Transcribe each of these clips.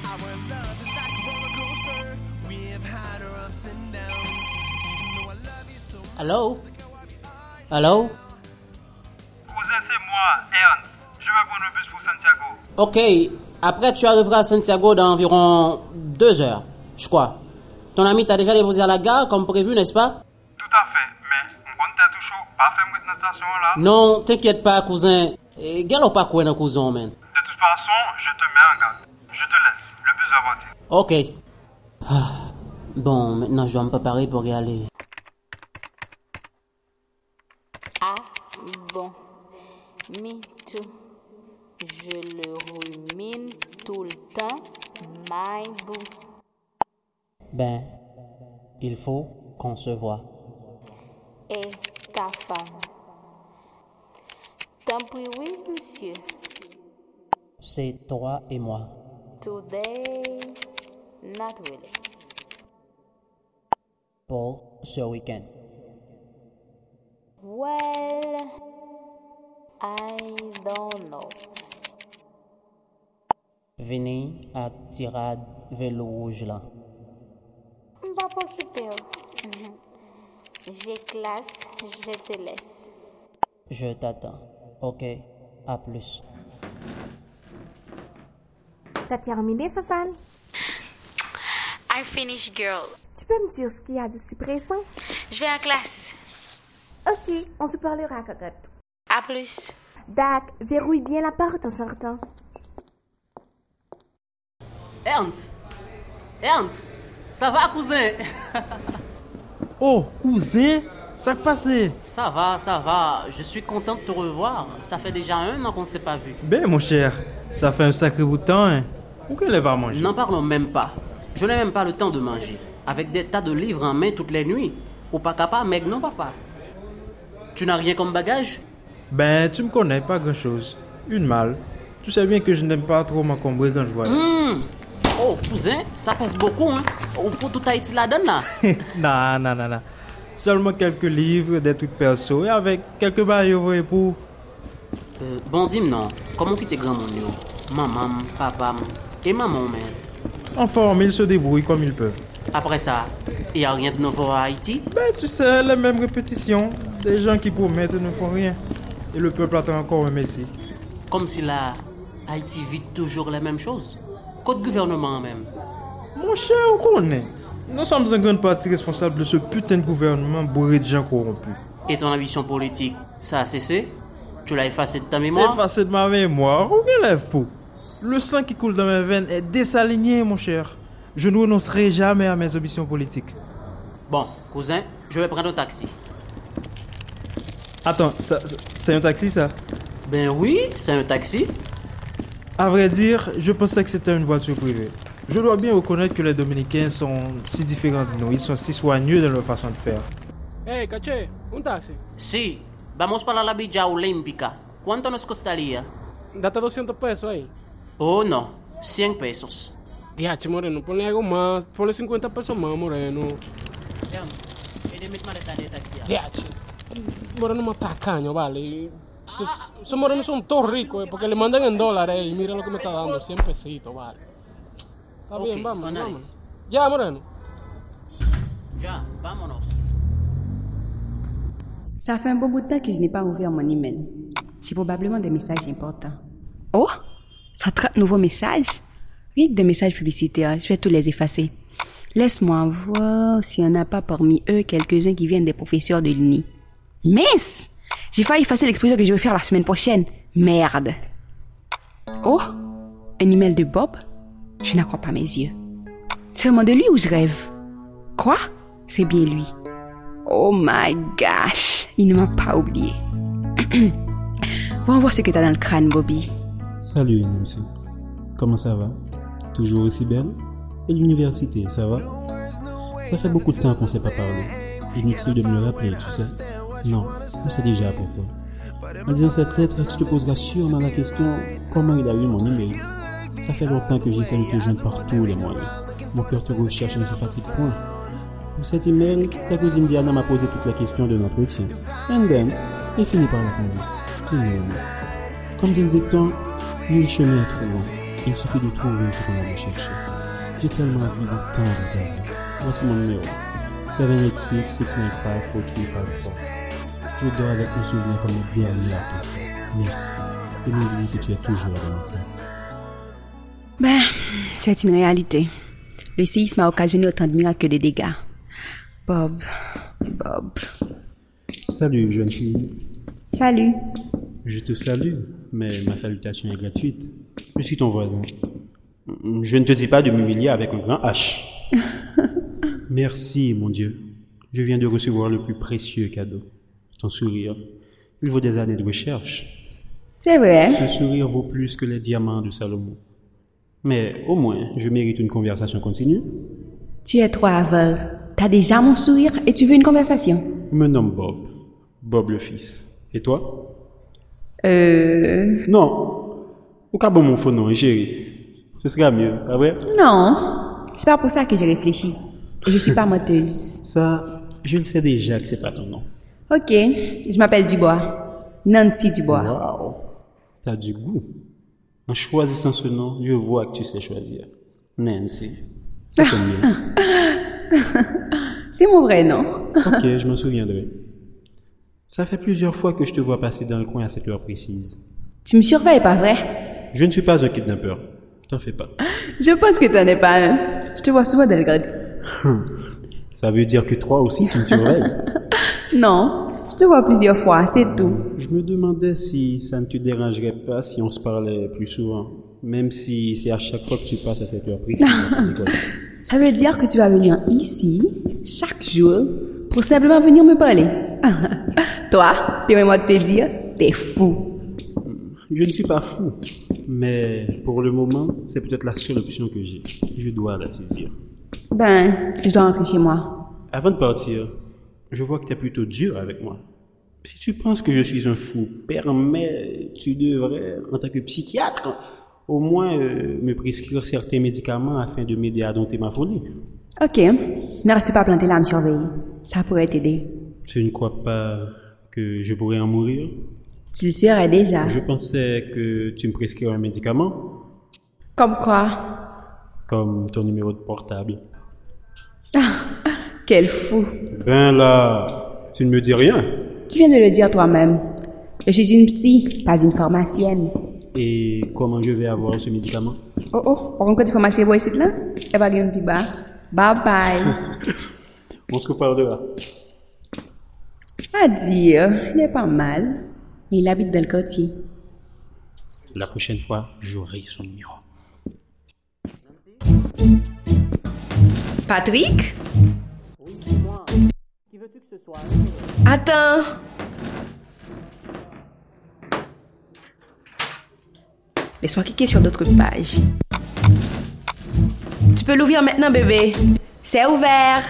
Allô? Allô? Cousin, c'est moi, Ernst. Je vais prendre le bus pour Santiago. Ok, après tu arriveras à Santiago dans environ 2 heures, je crois. Ton ami t'a déjà déposé à la gare comme prévu, n'est-ce pas? Tout à fait, mais on compte tout chaud. Pas faire une station là. Non, t'inquiète pas, cousin. Galo pas quoi dans cousin, man. De toute façon, je te mets en garde. Je te laisse. Le bus va partir. Ok. Bon, maintenant je dois me préparer pour y aller. Ah, bon. Me too. Je le rumine tout le temps, my boo. Ben, il faut qu'on se voit. Et ta femme. Tant pis, oui, monsieur. C'est toi et moi. Today, not really. Pour ce week-end. Well, I don't know. Venez à tirade vélo rouge là. Pas pour quitter. J'ai classe, je te laisse. Je t'attends. Ok, à plus. T'as terminé, Fafan? I finished, girl. Tu peux me dire ce qu'il y a de si pressant? Je vais en classe. Ok, on se parlera, cocotte. À plus. Dac, verrouille bien la porte en sortant. Ernst! Ernst! Ça va, cousin? Oh, cousin, ça qui passé? Ça va. Je suis content de te revoir. Ça fait déjà 1 an qu'on ne s'est pas vu. Ben, mon cher, ça fait un sacré bout de temps, hein. Pourquoi elle va manger? N'en parlons même pas. Je n'ai même pas le temps de manger. Avec des tas de livres en main toutes les nuits. Ou pas capable, mec, non, papa. Tu n'as rien comme bagage? Ben, tu me connais, pas grand-chose. Une malle. Tu sais bien que je n'aime pas trop m'encombrer quand je voyage. Oh, cousin, ça pèse beaucoup, hein. Pour tout Haïti là-dedans, là. Non. Seulement quelques livres, des trucs perso, et avec quelques bails pour... Bon, dis-moi, non. Comment quitter grand monde, yo? Maman, papa, et maman, man. En forme, ils se débrouillent comme ils peuvent. Après ça, il n'y a rien de nouveau à Haïti? Ben, tu sais, les mêmes répétitions. Des gens qui promettent ne font rien. Et le peuple attend encore un messie. Comme si là, Haïti vit toujours les mêmes choses. Côté gouvernement même. Mon cher, on connaît. Nous sommes en grande partie responsables de ce putain de gouvernement bourré de gens corrompus. Et ton ambition politique, ça a cessé? Tu l'as effacé de ta mémoire? Effacé de ma mémoire? Aucun est faux. Le sang qui coule dans mes veines est désaligné, mon cher. Je ne renoncerai jamais à mes ambitions politiques. Bon, cousin, je vais prendre un taxi. Attends, c'est un taxi, ça? Ben oui, c'est un taxi. À vrai dire, je pensais que c'était une voiture privée. Je dois bien reconnaître que les Dominicains sont si différents de nous. Ils sont si soigneux dans leur façon de faire. Hey, caché, un taxi. Sí, vamos para la Villa Olímpica. ¿Cuánto nos costaría? Date 200 pesos ahí. Oh, no, 100 pesos. Diache, Moreno, ponle algo más. Ponle 50 pesos más, Moreno. Ernst, eres maleta de taxi. Diache. Moreno más tacaño, vale. Esos morenos son todos ricos, porque le mandan en dólares y mira lo que me está dando, 100 pesitos, vale. Está Ok, bien, vamos, Manari. vamos. Ya, Moreno. Ya, vámonos. Ça fait un bon bout de temps que je n'ai pas ouvert mon email. J'ai probablement des messages importants. Oh, 130 nouveaux messages? Rien que des messages publicitaires, je vais tous les effacer. Laisse-moi voir s'il n'y en a pas parmi eux quelques-uns qui viennent des professeurs de l'Uni. Mince! J'ai failli effacer l'exposition que je vais faire la semaine prochaine. Merde! Oh, un email de Bob? Je n'en crois pas mes yeux. C'est vraiment de lui ou je rêve? Quoi? C'est bien lui. Oh my gosh, il ne m'a pas oublié. Va voir ce que t'as dans le crâne, Bobby. Salut, MC. Comment ça va? Toujours aussi belle? Et l'université, ça va? Ça fait beaucoup de temps qu'on ne s'est pas parlé. Inutile de me le rappeler, tu sais. Non, on sait déjà pourquoi. En disant cette lettre, tu te poseras sûrement la question comment il a eu mon email. Ça fait longtemps que j'essaie de te joindre par tous les moyens. Mon cœur te recherche et ne se fatigue point. Pour cet email, ta cousine Diana m'a posé toute la question de l'entretien. And then, il finit par la convaincre. Comme dit le dicton, nul chemin est trop long. Il suffit de trouver ce qu'on va me chercher. J'ai tellement envie de tant de temps. Voici mon numéro. 786-695-4354. Je dors avec mes souvenirs comme les derniers à tous. Merci. Et n'oublie que tu es toujours dans mon cœur. Ben, c'est une réalité. Le séisme a occasionné autant de miracles que de dégâts. Bob. Salut, jeune fille. Salut. Je te salue, mais ma salutation est gratuite. Je suis ton voisin. Je ne te dis pas de m'humilier avec un grand H. Merci, mon Dieu. Je viens de recevoir le plus précieux cadeau. Ton sourire. Il vaut des années de recherche. C'est vrai. Ce sourire vaut plus que les diamants de Salomon. Mais au moins, je mérite une conversation continue. Tu es trop aveugle. T'as déjà mon sourire et tu veux une conversation? Je me nomme Bob. Bob le fils. Et toi? Non. Au cas où mon faux nom est chéri. Ce sera mieux, pas vrai? Non. C'est pas pour ça que j'ai réfléchi. Et je suis pas menteuse. Ça, je le sais déjà que c'est pas ton nom. Ok. Je m'appelle Dubois. Nancy Dubois. Waouh. T'as du goût. En choisissant ce nom, je vois que tu sais choisir. Nancy. Ça sonne bien. C'est mon vrai nom. Ok, je m'en souviendrai. Ça fait plusieurs fois que je te vois passer dans le coin à cette heure précise. Tu me surveilles, pas vrai? Je ne suis pas un kidnappeur. T'en fais pas. Je pense que t'en es pas un. Je te vois souvent dans le grade. Ça veut dire que toi aussi tu me surveilles? Non, je te vois plusieurs fois, c'est tout. Je me demandais si ça ne te dérangerait pas si on se parlait plus souvent. Même si c'est à chaque fois que tu passes à cette heure précise. Ça veut dire que tu vas venir ici, chaque jour, pour simplement venir me parler. Toi, permets-moi de te dire, t'es fou. Je ne suis pas fou. Mais pour le moment, c'est peut-être la seule option que j'ai. Je dois la saisir. Ben, je dois rentrer chez moi. Avant de partir, je vois que tu es plutôt dur avec moi. Si tu penses que je suis un fou, tu devrais, en tant que psychiatre, au moins me prescrire certains médicaments afin de m'aider à dompter ma folie. Ok, ne reste pas planté là à me surveiller. Ça pourrait t'aider. Tu ne crois pas que je pourrais en mourir? Tu le serais déjà. Je pensais que tu me prescrirais un médicament. Comme quoi? Comme ton numéro de portable. Quel fou. Ben là, tu ne me dis rien. Tu viens de le dire toi-même. Je suis une psy, pas une pharmacienne. Et comment je vais avoir ce médicament? Oh, par contre, tu pharmacie boy ici là? Et pas gagne plus bas. Bye bye. On se reparle de là. À dire, il est pas mal. Il habite dans le quartier. La prochaine fois, j'aurai son numéro. Patrick? Oui, c'est moi. Qui veux-tu que ce soit? Attends. Laisse-moi cliquer sur d'autres pages. Tu peux l'ouvrir maintenant, bébé. C'est ouvert.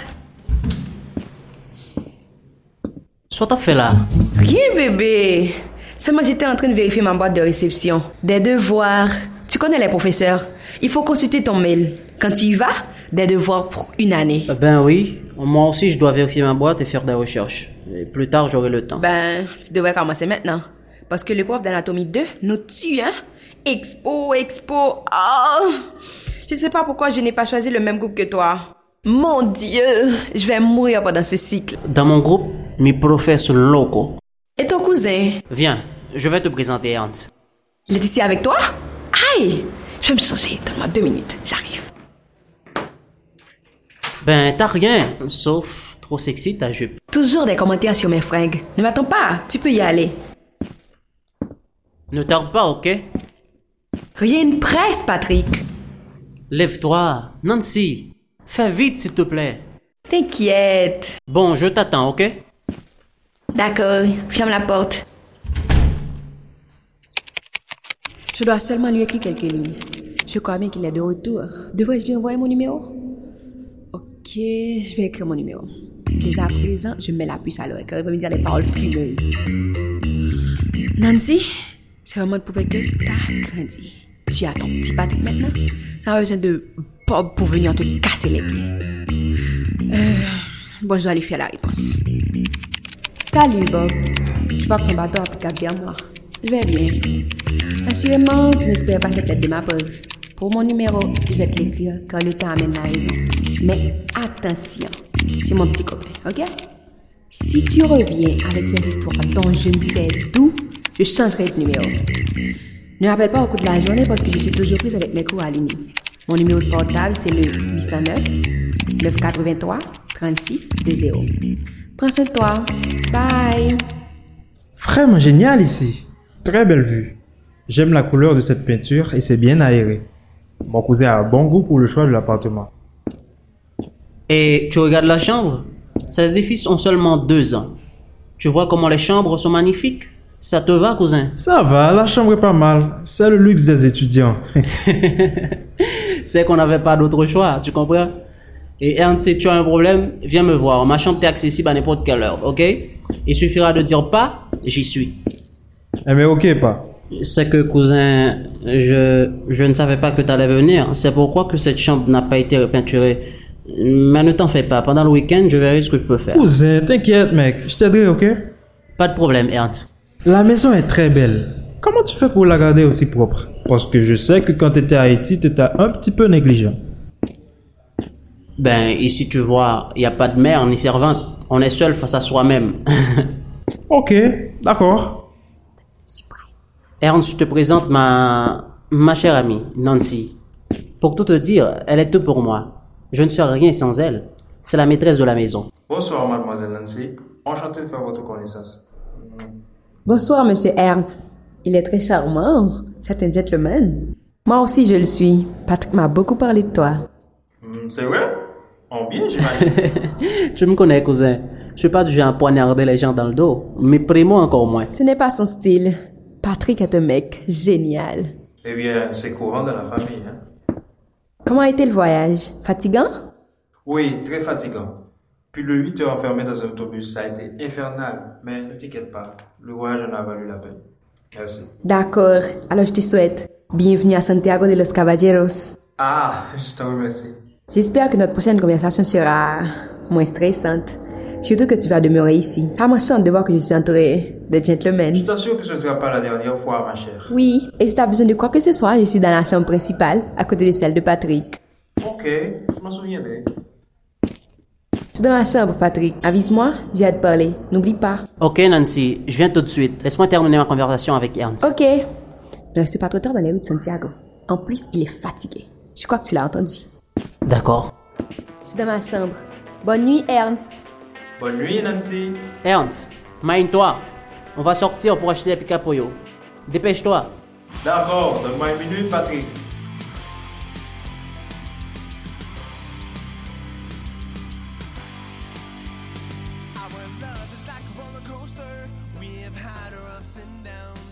Soit t'as fait là. Rien, bébé. Seulement, j'étais en train de vérifier ma boîte de réception. Des devoirs. Tu connais les professeurs. Il faut consulter ton mail. Quand tu y vas, des devoirs pour une année. Ben oui. Moi aussi, je dois vérifier ma boîte et faire des recherches. Et plus tard, j'aurai le temps. Ben, tu devrais commencer maintenant. Parce que le prof d'anatomie 2 nous tue, hein. Expo. Oh. Je ne sais pas pourquoi je n'ai pas choisi le même groupe que toi. Mon Dieu, je vais mourir pendant ce cycle. Dans mon groupe, mes profs sont locaux. Et ton cousin? Viens, je vais te présenter Hans. Il est ici avec toi? Aïe, je vais me changer. Donne-moi 2 minutes, j'arrive. Ben, t'as rien, sauf trop sexy ta jupe. Toujours des commentaires sur mes fringues. Ne m'attends pas, tu peux y aller. Ne tarde pas, ok? Rien ne presse, Patrick. Lève-toi, Nancy. Fais vite, s'il te plaît. T'inquiète. Bon, je t'attends, ok? D'accord, ferme la porte. Je dois seulement lui écrire quelques lignes. Je crois bien qu'il est de retour. Devrais-je lui envoyer mon numéro? Ok, je vais écrire mon numéro. Dès à présent, je mets la puce à l'oreille car il va me dire des paroles fumeuses. Nancy, c'est vraiment prouver que t'as grandi. Tu as ton petit Patrick maintenant. Ça va besoin de Bob pour venir te casser les pieds. Bon, je dois aller faire la réponse. Salut Bob. Je vois que ton bateau a pris cap vers moi. Je vais bien. Assurément, tu n'espères pas cette lettre de ma part. Pour mon numéro, je vais te l'écrire quand le temps amène la raison. Mais attention, c'est mon petit copain, ok? Si tu reviens avec ces histoires dont je ne sais d'où, je changerai de numéro. Ne rappelle pas au cours de la journée parce que je suis toujours prise avec mes cours à l'uni. Mon numéro de portable, c'est le 809 983 36 20. Prends soin de toi. Bye. Vraiment génial ici. Très belle vue. J'aime la couleur de cette peinture et c'est bien aéré. Mon cousin a un bon goût pour le choix de l'appartement. Et tu regardes la chambre? Ces édifices ont seulement 2 ans. Tu vois comment les chambres sont magnifiques? Ça te va, cousin? Ça va, la chambre est pas mal. C'est le luxe des étudiants. C'est qu'on n'avait pas d'autre choix, tu comprends? Et Ernst, si tu as un problème, viens me voir. Ma chambre est accessible à n'importe quelle heure, ok? Il suffira de dire pas, j'y suis. Eh mais ok, pas. C'est que, cousin, je ne savais pas que tu allais venir. C'est pourquoi que cette chambre n'a pas été repeinturée. Mais ne t'en fais pas. Pendant le week-end, je verrai ce que je peux faire. Cousin, t'inquiète, mec. Je t'aiderai, ok? Pas de problème, Ernst. La maison est très belle. Comment tu fais pour la garder aussi propre? Parce que je sais que quand t'étais à Haïti, t'étais un petit peu négligent. Ben, ici, tu vois, il n'y a pas de mère ni servante. On est seul face à soi-même. Ok, d'accord. Ernst, je te présente ma chère amie, Nancy. Pour tout te dire, elle est tout pour moi. Je ne serais rien sans elle. C'est la maîtresse de la maison. Bonsoir, mademoiselle Nancy. Enchanté de faire votre connaissance. Bonsoir, monsieur Ernst. Il est très charmant. C'est un gentleman. Moi aussi, je le suis. Patrick m'a beaucoup parlé de toi. C'est vrai? En bien, j'imagine. Tu me connais, cousin. Je suis pas du genre à poignarder les gens dans le dos. Mais primo encore moins. Ce n'est pas son style. Patrick est un mec génial. Eh bien, c'est courant dans la famille, hein? Comment a été le voyage? Fatigant? Oui, très fatigant. Puis le 8 heures enfermé dans un autobus, ça a été infernal. Mais ne t'inquiète pas, le voyage en a valu la peine. Merci. D'accord. Alors je te souhaite bienvenue à Santiago de los Caballeros. Ah, je t'en remercie. J'espère que notre prochaine conversation sera moins stressante. Surtout que tu vas demeurer ici. Ça m'enchante de voir que je suis entourée de gentlemen. Je t'assure que ce ne sera pas la dernière fois, ma chère. Oui, et si tu as besoin de quoi que ce soit, je suis dans la chambre principale, à côté de celle de Patrick. Ok, je m'en souviendrai. Je suis dans ma chambre, Patrick. Avise-moi, j'ai hâte de parler. N'oublie pas. Ok, Nancy, je viens tout de suite. Laisse-moi terminer ma conversation avec Ernst. Ok. Ne reste pas trop tard dans les rues de Santiago. En plus, il est fatigué. Je crois que tu l'as entendu. D'accord. Je suis dans ma chambre. Bonne nuit, Ernst. Bonne nuit, Nancy. Ernst, mind-toi. On va sortir pour acheter des picapoyo. Dépêche-toi. D'accord, donne-moi une minute, Patrick. Our love is like a roller coaster. We've had our ups and downs.